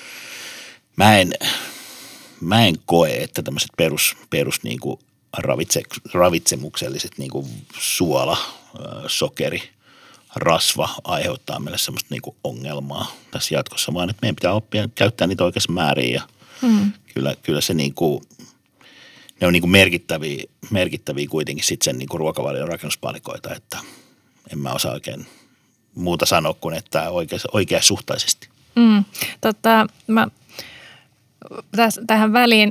mä en, mä en koe, että tämmöiset perus, perus niin kuin ravitse, ravitsemukselliset niin kuin suola, sokeri, rasva aiheuttaa meille semmoista niinku ongelmaa tässä jatkossa, vaan että meidän pitää oppia käyttää niitä oikeassa määrin ja mm. kyllä, kyllä se niinku, ne on niinku merkittäviä, merkittäviä kuitenkin sitten sen niinku ruokavalion rakennuspalikoita, että en mä osaa oikein muuta sanoa kuin että oikeasuhtaisesti. Mm. Tota, mä, täs, tähän väliin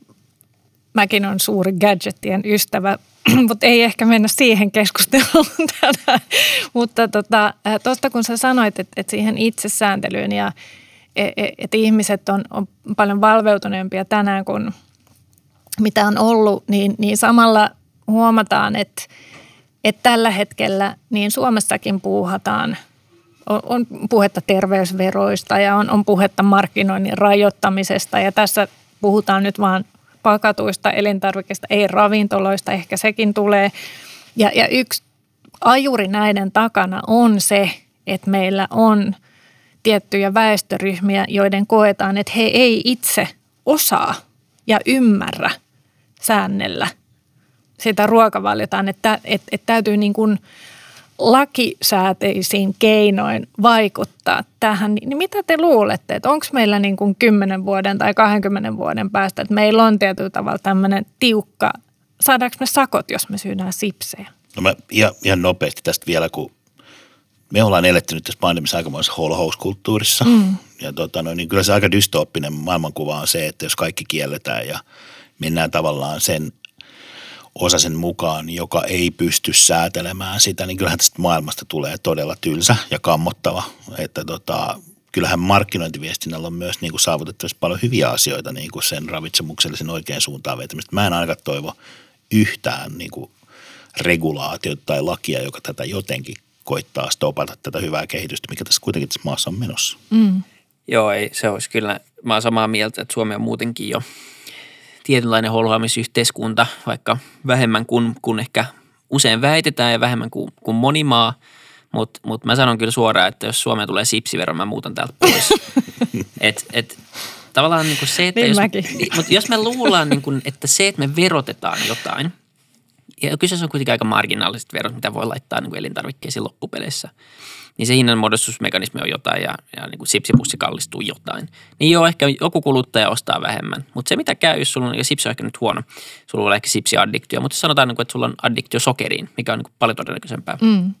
mäkin on suuri gadgettien ystävä, mutta ei ehkä mennä siihen keskusteluun tänään. Mutta tuosta tota, kun sä sanoit, että et siihen itsesääntelyyn ja että ihmiset on, on paljon valveutuneempia tänään kuin mitä on ollut, niin, niin samalla huomataan, että, että tällä hetkellä niin Suomessakin puuhataan, on, on puhetta terveysveroista ja on, on puhetta markkinoinnin rajoittamisesta ja tässä puhutaan nyt vaan pakatuista elintarvikkeista, ei ravintoloista, ehkä sekin tulee. Ja, ja yksi ajuri näiden takana on se, että meillä on tiettyjä väestöryhmiä, joiden koetaan, että he ei itse osaa ja ymmärrä säännellä sitä ruokavaliotaan, että, että, että täytyy niin kuin lakisääteisiin keinoin vaikuttaa tähän, niin mitä te luulette, että onko meillä niin kuin kymmenen vuoden tai kahdenkymmenen vuoden päästä, että meillä on tietyllä tavalla tämmöinen tiukka, saadaanko me sakot, jos me syödään sipsejä? No mä ihan, ihan nopeasti tästä vielä, kun me ollaan eletty nyt tässä pandemiassa aikamoisessa holhouskulttuurissa. Mm. Ja tota, no, niin kyllä se aika dystooppinen maailmankuva on se, että jos kaikki kielletään ja mennään tavallaan sen osasen mukaan, joka ei pysty säätelemään sitä, niin kyllähän tästä maailmasta tulee todella tylsä ja kammottava. Että tota, kyllähän markkinointiviestinnällä on myös niin kuin saavutettavissa paljon hyviä asioita niin kuin sen ravitsemuksellisen oikean suuntaan vetämistä. Mä en ainakaan toivo yhtään niin kuin regulaatiota tai lakia, joka tätä jotenkin koittaa stopata tätä hyvää kehitystä, mikä tässä kuitenkin tässä maassa on menossa. Mm. Joo, ei, se olisi kyllä, mä oon samaa mieltä, että Suomi on muutenkin jo tietynlainen holhoamisyhteiskunta, vaikka vähemmän kuin, kuin ehkä usein väitetään ja vähemmän kuin, kuin moni maa, mutta mut mä sanon kyllä suoraan, että jos Suomeen tulee sipsivero, mä muutan täältä pois. et, et, tavallaan niin kuin se, että niin jos, mutta jos me luullaan, niin kuin, että se, että me verotetaan jotain, ja kyseessä on kuitenkin aika marginaaliset verot, mitä voi laittaa niin kuin elintarvikkeisiin loppupeleissä, niin se hinnanmuodostusmekanismi on jotain ja, ja niin kuin sipsipussi kallistuu jotain. Niin joo, ehkä joku kuluttaja ostaa vähemmän, mutta se mitä käy, jos sulla on, ja sipsi on ehkä nyt huono, sulla on ehkä sipsiaddiktio, mutta sanotaan, että sulla on addiktio sokeriin, mikä on niin kuin paljon todennäköisempää. Mm.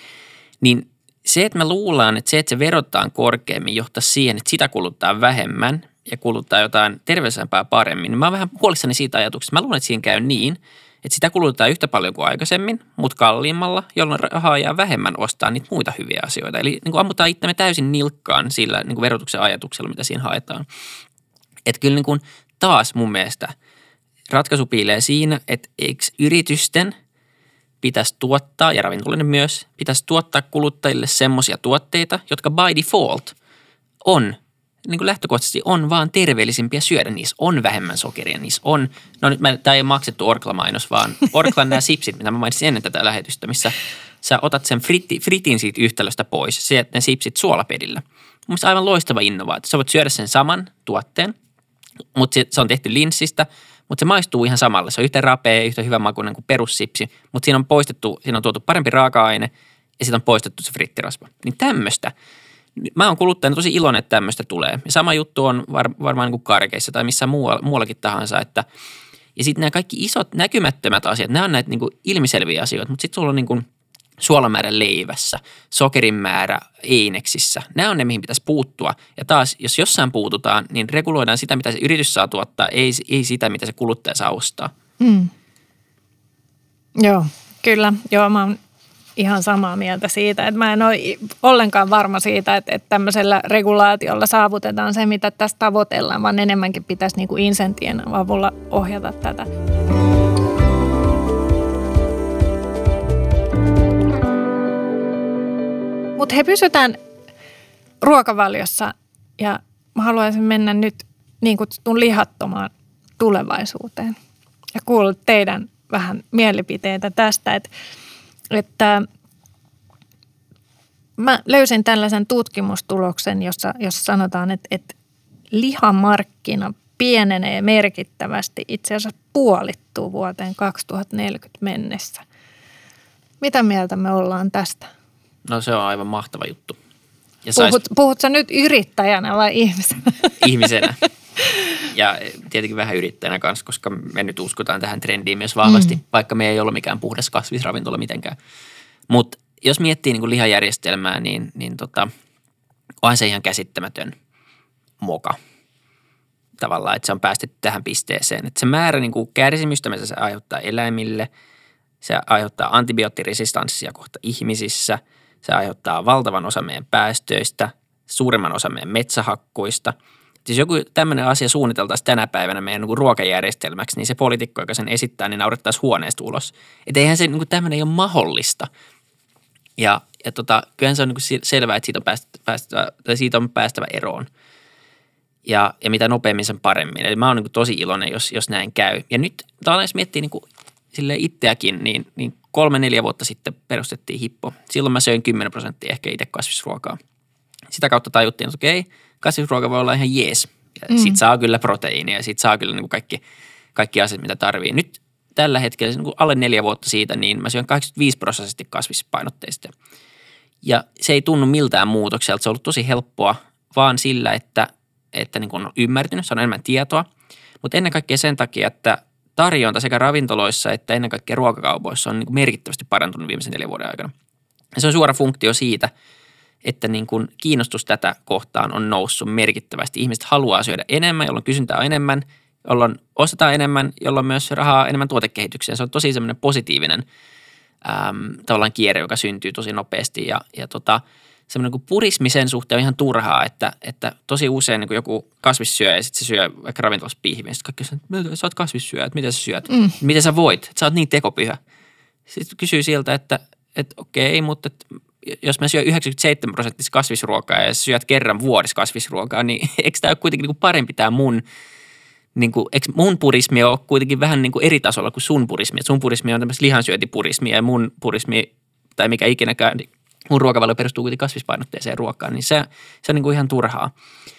Niin se, että me luullaan, että se, että se verotetaan korkeammin, johtaa siihen, että sitä kuluttaa vähemmän ja kuluttaa jotain terveellisempää paremmin, niin mä oon vähän huolissani siitä ajatuksesta. Mä luulen, että siinä käy niin, että sitä kulutetaan yhtä paljon kuin aikaisemmin, mutta kalliimmalla, jolloin rahaa jää vähemmän ostaa niitä muita hyviä asioita. Eli niin kuin ammutaan itsemme täysin nilkkaan sillä niin kuin verotuksen ajatuksella, mitä siinä haetaan. Että kyllä niin kuin taas mun mielestä ratkaisu piilee siinä, että eikö yritysten pitäisi tuottaa, ja ravintoloiden myös, pitäisi tuottaa kuluttajille semmoisia tuotteita, jotka by default on niin kuin lähtökohtaisesti on vaan terveellisimpiä syödä. Niissä on vähemmän sokeria, niissä on, no nyt tämä ei maksettu Orkla-mainos, vaan Orklan nämä sipsit, mitä mä mainitsin ennen tätä lähetystä, missä sä otat sen fritti, fritin siitä yhtälöstä pois, se, ne sipsit suolapedillä. Mun mielestä aivan loistava innovaatio. Sä voit syödä sen saman tuotteen, mutta se, se on tehty linssistä, mutta se maistuu ihan samalla. Se on yhtä rapea, yhtä hyvä makuinen kuin perussipsi, mutta siinä on poistettu, siinä on tuotu parempi raaka-aine ja siitä on poistettu se frittirasva. Niin tämmöistä. Mä oon kuluttajana tosi iloinen, että tämmöistä tulee. Ja sama juttu on var, varmaan niin kuin karkeissa tai missä muualla, muuallakin tahansa. Että, ja sitten nämä kaikki isot näkymättömät asiat, nämä on näitä niin kuin ilmiselviä asioita, mutta sitten sulla on niin kuin suolamäärä leivässä, sokerin määrä eineksissä. Nämä on ne, mihin pitäisi puuttua. Ja taas, jos jossain puututaan, niin reguloidaan sitä, mitä se yritys saa tuottaa, ei, ei sitä, mitä se kuluttaja saa ostaa. Mm. Joo, kyllä. Joo, mä oon ihan samaa mieltä siitä, että mä en ole ollenkaan varma siitä, että, että tämmöisellä regulaatiolla saavutetaan se, mitä tässä tavoitellaan, vaan enemmänkin pitäisi niin kuin insentien avulla ohjata tätä. Mutta he pysytään ruokavaliossa ja mä haluaisin mennä nyt niin kutsutun lihattomaan tulevaisuuteen ja kuulla teidän vähän mielipiteitä tästä, että Että mä löysin tällaisen tutkimustuloksen, jossa, jossa sanotaan, että, että lihamarkkina pienenee merkittävästi, itse asiassa puolittuu vuoteen kaksituhattaneljäkymmentä mennessä. Mitä mieltä me ollaan tästä? No se on aivan mahtava juttu. Ja Puhut, sais... Puhutko nyt yrittäjänä vai ihmisenä? Ihmisenä. Ja tietenkin vähän yrittäjänä kanssa, koska me nyt uskotaan tähän trendiin myös vahvasti, mm. vaikka me ei ole mikään puhdas kasvisravintola mitenkään. Mutta jos miettii niin kuin lihajärjestelmää, niin, niin tota, onhan se ihan käsittämätön moka tavallaan, että se on päästetty tähän pisteeseen. Että se määrä niin kuin kärsimystä, mitä se aiheuttaa eläimille, se aiheuttaa antibioottiresistanssia kohta ihmisissä, se aiheuttaa valtavan osa meidän päästöistä, suurimman osa meidän metsähakkuista. Jos joku tämmöinen asia suunniteltaisiin tänä päivänä meidän niin ruokajärjestelmäksi, niin se poliitikko, joka sen esittää, niin naurettaisiin huoneesta ulos. Että eihän se niin tämmöinen ei ole mahdollista. Ja, ja tota, kyllähän se on niin selvää, että siitä on päästävä, päästävä, tai siitä on päästävä eroon. Ja, ja mitä nopeammin sen paremmin. Eli mä oon niin tosi iloinen, jos, jos näin käy. Ja nyt tavallaan jos miettii niin sille itseäkin, niin, niin kolme, neljä vuotta sitten perustettiin Hippo. Silloin mä söin kymmenen prosenttia ehkä itse kasvisruokaa. Sitä kautta tajuttiin, että okei, kasvisruoka voi olla ihan jees. Ja mm. Siitä saa kyllä proteiinia ja siitä saa kyllä niin kuin kaikki, kaikki asiat, mitä tarvii. Nyt tällä hetkellä, niin kuin alle neljä vuotta siitä, niin mä syön kahdeksankymmentäviisi prosenttisesti kasvispainotteista. Ja se ei tunnu miltään muutokselta. Se on ollut tosi helppoa vaan sillä, että, että niin kuin on ymmärtynyt, se on enemmän tietoa. Mutta ennen kaikkea sen takia, että tarjonta sekä ravintoloissa että ennen kaikkea ruokakaupoissa on niin kuin merkittävästi parantunut viimeisen neljän vuoden aikana. Ja se on suora funktio siitä, että niin kuin kiinnostus tätä kohtaan on noussut merkittävästi. Ihmiset haluaa syödä enemmän, jolloin kysyntää on enemmän, jolloin ostetaan enemmän, jolloin myös rahaa enemmän tuotekehitykseen. Se on tosi semmoinen positiivinen äm, tavallaan kierre, joka syntyy tosi nopeasti. Ja, ja tota, semmoinen kuin purismi sen suhteen on ihan turhaa, että, että tosi usein niin kuin joku kasvissyöjä ja sitten se syö vaikka ravintolassa pihviä. Sitten kaikki sanoo, että sä oot kasvissyöjä, että mitä sä syöt? Mm. Miten sä voit? Että sä oot niin tekopyhä. Sitten kysyy siltä, että, että okei, mutta että jos mä syön yhdeksänkymmentäseitsemän prosenttista kasvisruokaa ja syöt kerran vuodessa kasvisruokaa, niin eikö tämä ole kuitenkin niin kuin parempi tämä mun, niin kuin, eikö mun purismi ole kuitenkin vähän niin kuin eri tasolla kuin sun purismi? Et sun purismi on tämmöistä lihansyöntipurismia ja mun purismi, tai mikä ikinäkään, niin mun ruokavalio perustuu kuitenkin kasvispainotteeseen ruokaan, niin se, se on niin kuin ihan turhaa.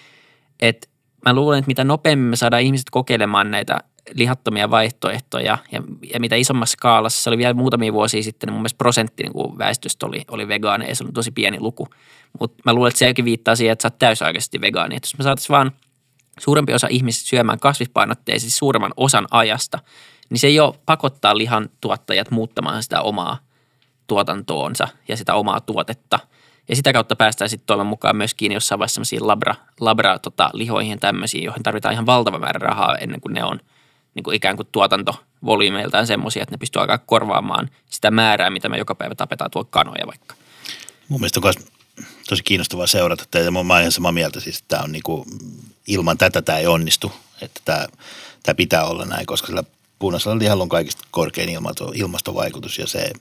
Et mä luulen, että mitä nopeammin me saadaan ihmiset kokeilemaan näitä lihattomia vaihtoehtoja ja, ja mitä isommassa skaalassa, se oli vielä muutamia vuosia sitten, niin mun mielestä prosentti niin kuin väestöstä oli, oli vegaani, ja se oli tosi pieni luku. Mutta mä luulen, että sekin viittaa siihen, että sä oot täysaikaisesti vegaani. Että jos me saataisiin vaan suurempi osa ihmisistä syömään kasvispainotteisesti suuremman osan ajasta, niin se jo pakottaa lihan tuottajat muuttamaan sitä omaa tuotantoonsa ja sitä omaa tuotetta. Ja sitä kautta päästään sitten toivon mukaan myös kiinni jossain vaiheessa sellaisiin labra, labra tota, lihoihin ja tämmöisiin, joihin tarvitaan ihan valtava määrä rahaa ennen kuin ne on niin kuin ikään kuin tuotantovolyymeiltaan semmoisia, että ne pystyy alkaa korvaamaan sitä määrää, mitä me joka päivä tapetaan tuolla kanoja vaikka. Mun mielestä on myös tosi kiinnostavaa seurata tätä. Mä oon ihan samaa mieltä, siis, että tämä on niin kuin, ilman tätä tämä ei onnistu, että tämä, tämä pitää olla näin, koska sillä punaisella lihalla on kaikista korkein ilmasto, ilmastovaikutus ja se,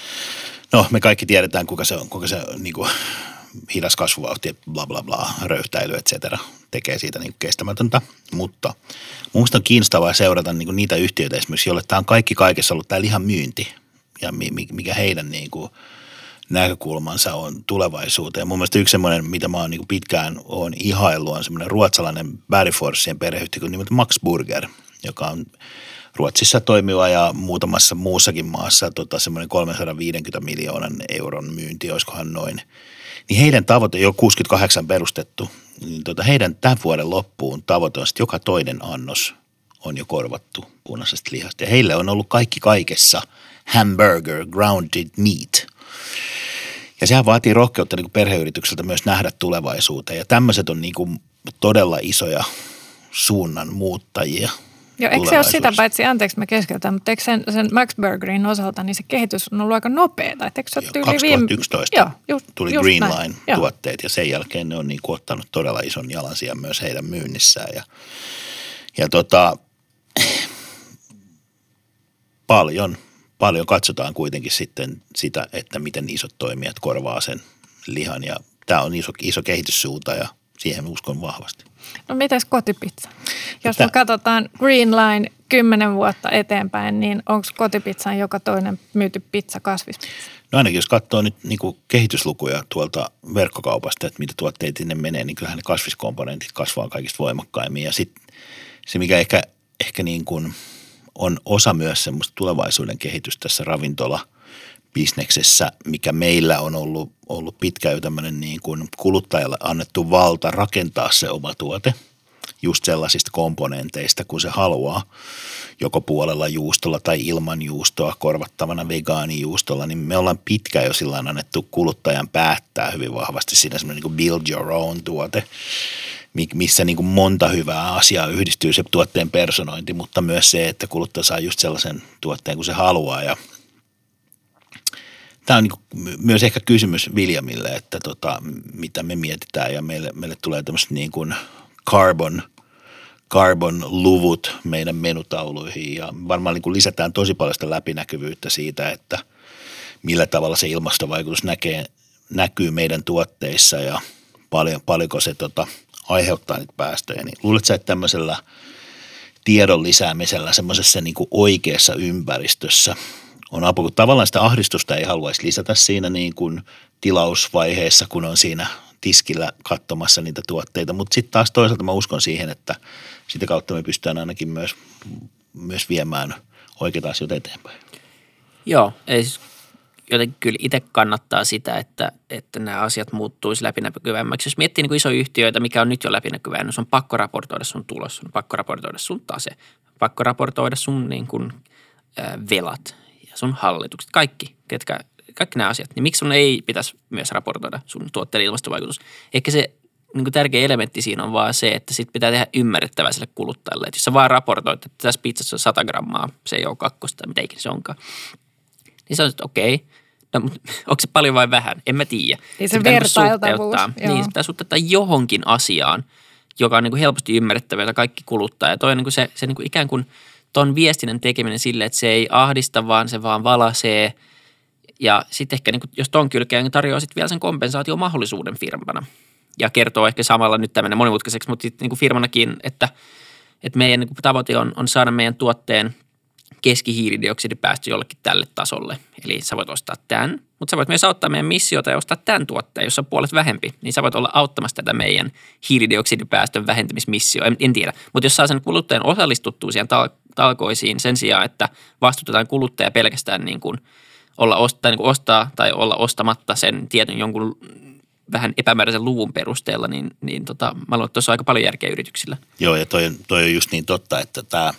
no me kaikki tiedetään, kuinka se on, kuinka se niin kuin hidas kasvuvauhti, bla bla bla, röyhtäily, et cetera, tekee siitä niin kestämätöntä, mutta mun mielestä on kiinnostavaa seurata niin kuin niitä yhtiöitä esimerkiksi, joille tämä on kaikki kaikessa ollut tämä lihan myynti ja mikä heidän niin kuin näkökulmansa on tulevaisuuteen. Mun mielestä yksi semmoinen, mitä mä oon niin kuin pitkään on ihaillut, on semmoinen ruotsalainen Bergforsen perheyhtiö kuin nimeltä Max Burger, joka on Ruotsissa toimiva ja muutamassa muussakin maassa tota, semmoinen kolmesataaviisikymmentä miljoonan euron myynti, olisikohan noin. Niin heidän tavoite, jo kuusikymmentäkahdeksan perustettu, niin tota, heidän tämän vuoden loppuun tavoite on, että joka toinen annos on jo korvattu punaisesta lihasta. Ja heille on ollut kaikki kaikessa hamburger, grounded meat. Ja sehän vaatii rohkeutta niin kuin perheyritykseltä myös nähdä tulevaisuuteen. Ja tämmöiset on niin kuin todella isoja suunnan muuttajia. Joo, eikö se ole sitä paitsi, anteeksi mä keskeytän, mutta eikö sen, sen Max Burgerin osalta, niin se kehitys on ollut aika nopeata. Eikö se ole tyyli kaksituhattayksitoista viime... Joo, just, tuli just Green näin. Line-tuotteet ja sen jälkeen ne on niin kuin ottanut todella ison jalansijan myös heidän myynnissään. Ja, ja tota, paljon, paljon katsotaan kuitenkin sitten sitä, että miten isot toimijat korvaa sen lihan ja tämä on iso, iso kehityssuunta ja siihen uskon vahvasti. No mites kotipizza? Jos Tää. me katsotaan Green Line kymmenen vuotta eteenpäin, niin onko kotipizzan joka toinen myyty pizza kasvispizza? No ainakin jos katsoo nyt niin kuin kehityslukuja tuolta verkkokaupasta, että mitä tuotteita sinne menee, niin kyllähän ne kasviskomponentit kasvaa kaikista voimakkaimmin. Ja sitten se, mikä ehkä, ehkä niin kuin on osa myös semmoista tulevaisuuden kehitystä tässä ravintola bisneksessä, mikä meillä on ollut, ollut pitkään jo tämmöinen niin kuin kuluttajalle annettu valta rakentaa se oma tuote just sellaisista komponenteista, kun se haluaa, joko puolella juustolla tai ilman juustoa, korvattavana vegaanijuustolla, niin me ollaan pitkään jo sillä annettu kuluttajan päättää hyvin vahvasti siinä semmoinen niin kuin build your own tuote, missä niin kuin monta hyvää asiaa yhdistyy se tuotteen personointi, mutta myös se, että kuluttaja saa just sellaisen tuotteen, kun se haluaa ja tämä on niin myös ehkä kysymys Viljamille, että tota, mitä me mietitään ja meille, meille tulee tämmöiset niin kuin carbon, carbon-luvut meidän menutauluihin ja varmaan niin kuin lisätään tosi paljon sitä läpinäkyvyyttä siitä, että millä tavalla se ilmastovaikutus näkee, näkyy meidän tuotteissa ja paljon, paljonko se tota, aiheuttaa niitä päästöjä. Niin luuletko sä, että tämmöisellä tiedon lisäämisellä semmoisessa niin kuin oikeassa ympäristössä on apu, kun tavallaan sitä ahdistusta ei haluaisi lisätä siinä niin kuin tilausvaiheessa, kun on siinä tiskillä katsomassa niitä tuotteita, mutta sitten taas toisaalta mä uskon siihen, että sitä kautta me pystytään ainakin myös, myös viemään oikeita asioita eteenpäin. Joo, ei siis jotenkin kyllä itse kannattaa sitä, että, että nämä asiat muuttuisi läpinäkyvämmäksi. Jos miettii niin kuin isoja yhtiöitä, mikä on nyt jo läpinäkyvää, niin se on pakko raportoida sun tulos, on pakko raportoida sun tase, pakko raportoida sun niin kuin, äh, velat ja sun hallitukset, kaikki, ketkä, kaikki nämä asiat. Niin miksi sun ei pitäisi myös raportoida sun tuotteiden ilmastovaikutus? Ehkä se niin kuin tärkeä elementti siinä on vaan se, että sit pitää tehdä ymmärrettävää sille kuluttajalle. Että jos sä vaan raportoit, että tässä pizzassa on sata grammaa, se ei ole kakkosta tai mitä ikinä se onkaan. Niin sä olisit, okei, okay, no, onko se paljon vai vähän? En mä tiedä. Niin se, se vertailtavuus. Niin, se pitää suhteuttaa johonkin asiaan, joka on niin kuin helposti ymmärrettävä, jota kaikki kuluttaa. Ja toi on niin kuin se, se niin kuin ikään kuin ton viestinnän tekeminen sille, että se ei ahdista, vaan se vaan valasee. Ja sitten ehkä, niin kuin, jos ton kylkeen, niin tarjoaa sitten vielä sen kompensaatiomahdollisuuden firmana. Ja kertoo ehkä samalla nyt tämmöinen monimutkaiseksi, mutta sitten niin kuin firmanakin, että, että meidän niin kuin tavoite on, on saada meidän tuotteen keskihiilidioksidipäästö jollekin tälle tasolle. Eli sä voit ostaa tämän, mutta sä voit myös auttaa meidän missiota ja ostaa tämän tuotteen, jossa on puolet vähempi. Niin sä voit olla auttamassa tätä meidän hiilidioksidipäästön vähentämismissio. En, en tiedä, mutta jos saa sen kuluttajan osallistuttua siihen tal- talkoisiin sen sijaan, että vastutetaan kuluttaja pelkästään niin kuin olla ostaa, niin kuin ostaa tai olla ostamatta sen tietyn jonkun vähän epämääräisen luvun perusteella, niin, niin tota, mä luulen, että tuossa on aika paljon järkeä yrityksillä. Joo, ja toi, toi on just niin totta, että tämä,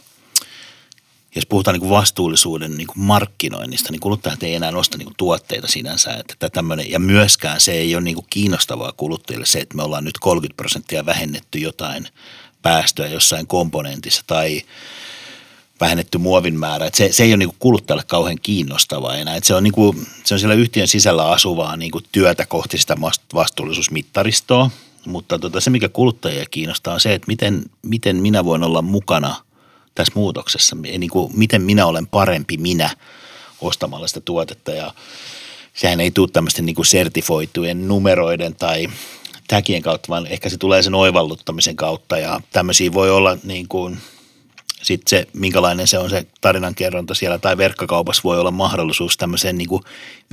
jos puhutaan niin kuin vastuullisuuden niin kuin markkinoinnista, niin kuluttajat ei enää osta niin kuin tuotteita sinänsä. Että tämmöinen, ja myöskään se ei ole niin kuin kiinnostavaa kuluttajille se, että me ollaan nyt kolmekymmentä prosenttia vähennetty jotain päästöä jossain komponentissa tai vähennetty muovin määrä. Että se, se ei ole niin kuin kuluttajalle kauhean kiinnostavaa enää. Että se, on niin kuin, se on siellä yhtiön sisällä asuvaa niin kuin työtä kohti sitä vastuullisuusmittaristoa. Mutta tota, se, mikä kuluttajia kiinnostaa, on se, että miten, miten minä voin olla mukana tässä muutoksessa. Niin kuin, miten minä olen parempi minä ostamalla sitä tuotetta. Ja sehän ei tule tämmöisten niin kuin sertifoitujen numeroiden tai tagien kautta, vaan ehkä se tulee sen oivalluttamisen kautta. Ja tämmöisiä voi olla niin kuin sitten se, minkälainen se on se tarinankerronta siellä tai verkkokaupassa voi olla mahdollisuus tämmöiseen niin kuin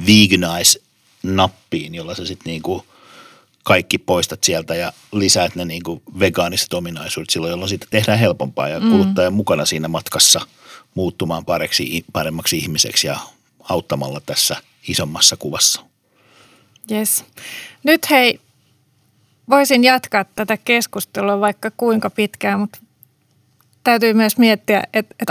veganize-nappiin, jolla sä sitten niin kuin kaikki poistat sieltä ja lisäät ne niin kuin vegaaniset ominaisuudet silloin, jolloin siitä tehdään helpompaa ja kuluttaja mm. mukana siinä matkassa muuttumaan pareksi, paremmaksi ihmiseksi ja auttamalla tässä isommassa kuvassa. Jes. Nyt hei, voisin jatkaa tätä keskustelua vaikka kuinka pitkään, mutta täytyy myös miettiä, että, että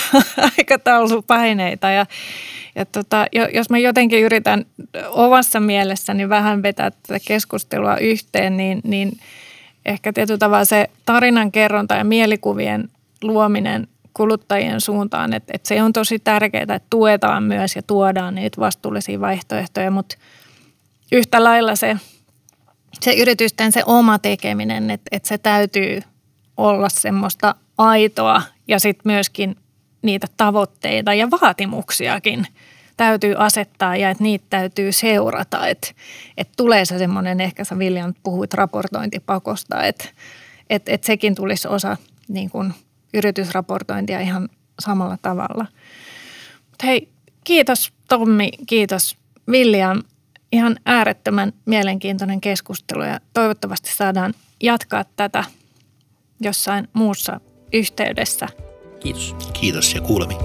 aikataulupaineita ja, ja tota, jos mä jotenkin yritän omassa mielessäni vähän vetää tätä keskustelua yhteen, niin, niin ehkä tietyllä tavalla se tarinankerronta ja mielikuvien luominen kuluttajien suuntaan, että, että se on tosi tärkeää, että tuetaan myös ja tuodaan niitä vastuullisia vaihtoehtoja, mutta yhtä lailla se, se yritysten se oma tekeminen, että, että se täytyy olla semmoista aitoa ja sitten myöskin niitä tavoitteita ja vaatimuksiakin täytyy asettaa ja että niitä täytyy seurata. Että et tulee se semmoinen, ehkä sä William puhuit raportointipakosta, että et, et sekin tulisi osa niin kuin yritysraportointia ihan samalla tavalla. Mut hei, kiitos Tommi, kiitos William. Ihan äärettömän mielenkiintoinen keskustelu ja toivottavasti saadaan jatkaa tätä jossain muussa yhteydessä. Kiitos. Kiitos ja kuulemiin.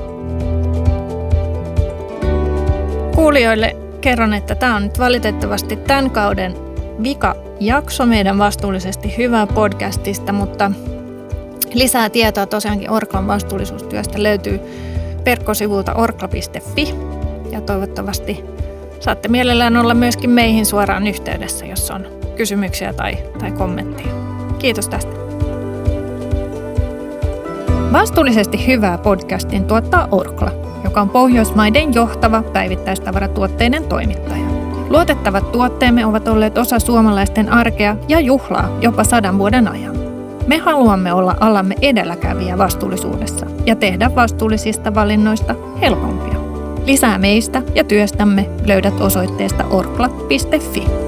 Kuulijoille kerron, että tämä on nyt valitettavasti tämän kauden vika jakso meidän Vastuullisesti hyvää podcastista, mutta lisää tietoa tosiaankin Orklan vastuullisuustyöstä löytyy verkkosivulta orkla piste fi ja toivottavasti saatte mielellään olla myöskin meihin suoraan yhteydessä, jos on kysymyksiä tai, tai kommentteja. Kiitos tästä. Vastuullisesti hyvää podcastin tuottaa Orkla, joka on Pohjoismaiden johtava päivittäistavaratuotteiden toimittaja. Luotettavat tuotteemme ovat olleet osa suomalaisten arkea ja juhlaa jopa sadan vuoden ajan. Me haluamme olla alamme edelläkävijä vastuullisuudessa ja tehdä vastuullisista valinnoista helpompia. Lisää meistä ja työstämme löydät osoitteesta orkla piste fi.